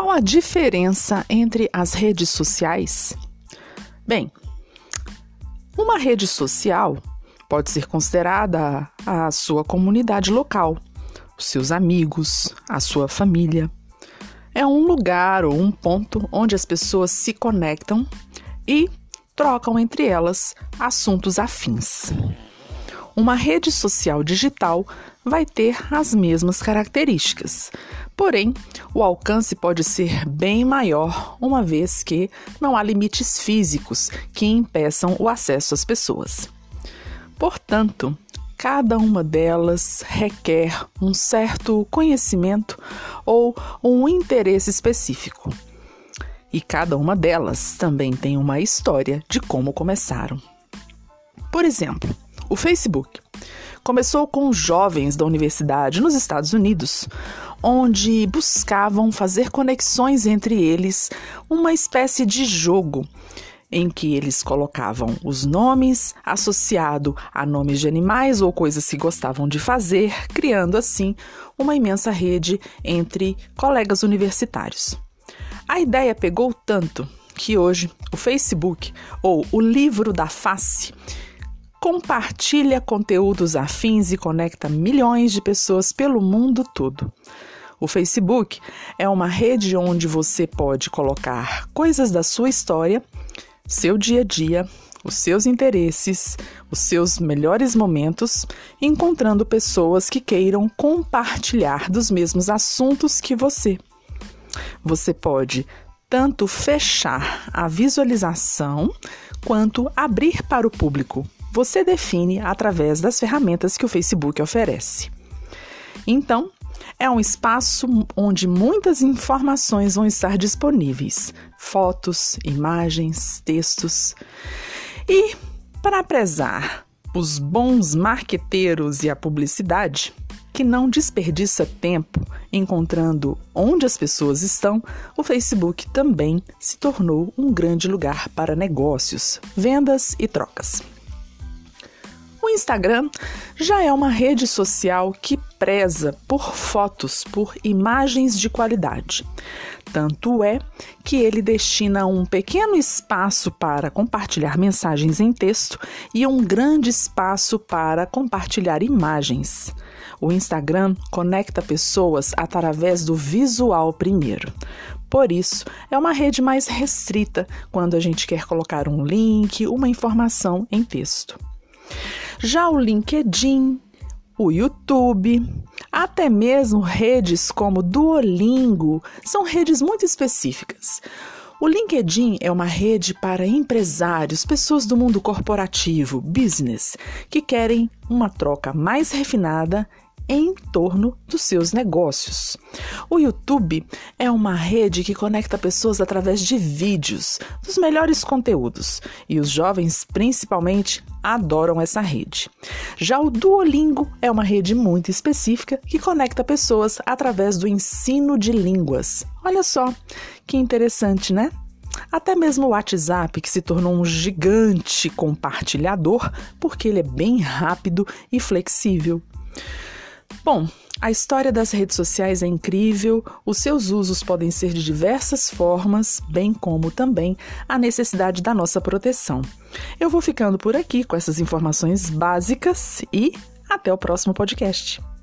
Qual a diferença entre as redes sociais? Bem, uma rede social pode ser considerada a sua comunidade local, os seus amigos, a sua família. É um lugar ou um ponto onde as pessoas se conectam e trocam entre elas assuntos afins. Uma rede social digital vai ter as mesmas características, porém, o alcance pode ser bem maior, uma vez que não há limites físicos que impeçam o acesso às pessoas. Portanto, cada uma delas requer um certo conhecimento ou um interesse específico. E cada uma delas também tem uma história de como começaram. Por exemplo, o Facebook começou com jovens da universidade nos Estados Unidos, onde buscavam fazer conexões entre eles, uma espécie de jogo em que eles colocavam os nomes associado a nomes de animais ou coisas que gostavam de fazer, criando assim uma imensa rede entre colegas universitários. A ideia pegou tanto que hoje o Facebook, ou o livro da face, compartilha conteúdos afins e conecta milhões de pessoas pelo mundo todo. O Facebook é uma rede onde você pode colocar coisas da sua história, seu dia a dia, os seus interesses, os seus melhores momentos, encontrando pessoas que queiram compartilhar dos mesmos assuntos que você. Você pode tanto fechar a visualização quanto abrir para o público. Você define através das ferramentas que o Facebook oferece. Então, é um espaço onde muitas informações vão estar disponíveis. Fotos, imagens, textos. E, para prezar os bons marqueteiros e a publicidade, que não desperdiça tempo encontrando onde as pessoas estão, o Facebook também se tornou um grande lugar para negócios, vendas e trocas. O Instagram já é uma rede social que preza por fotos, por imagens de qualidade. Tanto é que ele destina um pequeno espaço para compartilhar mensagens em texto e um grande espaço para compartilhar imagens. O Instagram conecta pessoas através do visual primeiro. Por isso, é uma rede mais restrita quando a gente quer colocar um link, uma informação em texto. Já o LinkedIn, o YouTube, até mesmo redes como Duolingo, são redes muito específicas. O LinkedIn é uma rede para empresários, pessoas do mundo corporativo, business, que querem uma troca mais refinada em torno dos seus negócios. O YouTube é uma rede que conecta pessoas através de vídeos, dos melhores conteúdos, e os jovens, principalmente, adoram essa rede. Já o Duolingo é uma rede muito específica que conecta pessoas através do ensino de línguas. Olha só, que interessante, né? Até mesmo o WhatsApp, que se tornou um gigante compartilhador, porque ele é bem rápido e flexível. Bom, a história das redes sociais é incrível, os seus usos podem ser de diversas formas, bem como também a necessidade da nossa proteção. Eu vou ficando por aqui com essas informações básicas e até o próximo podcast.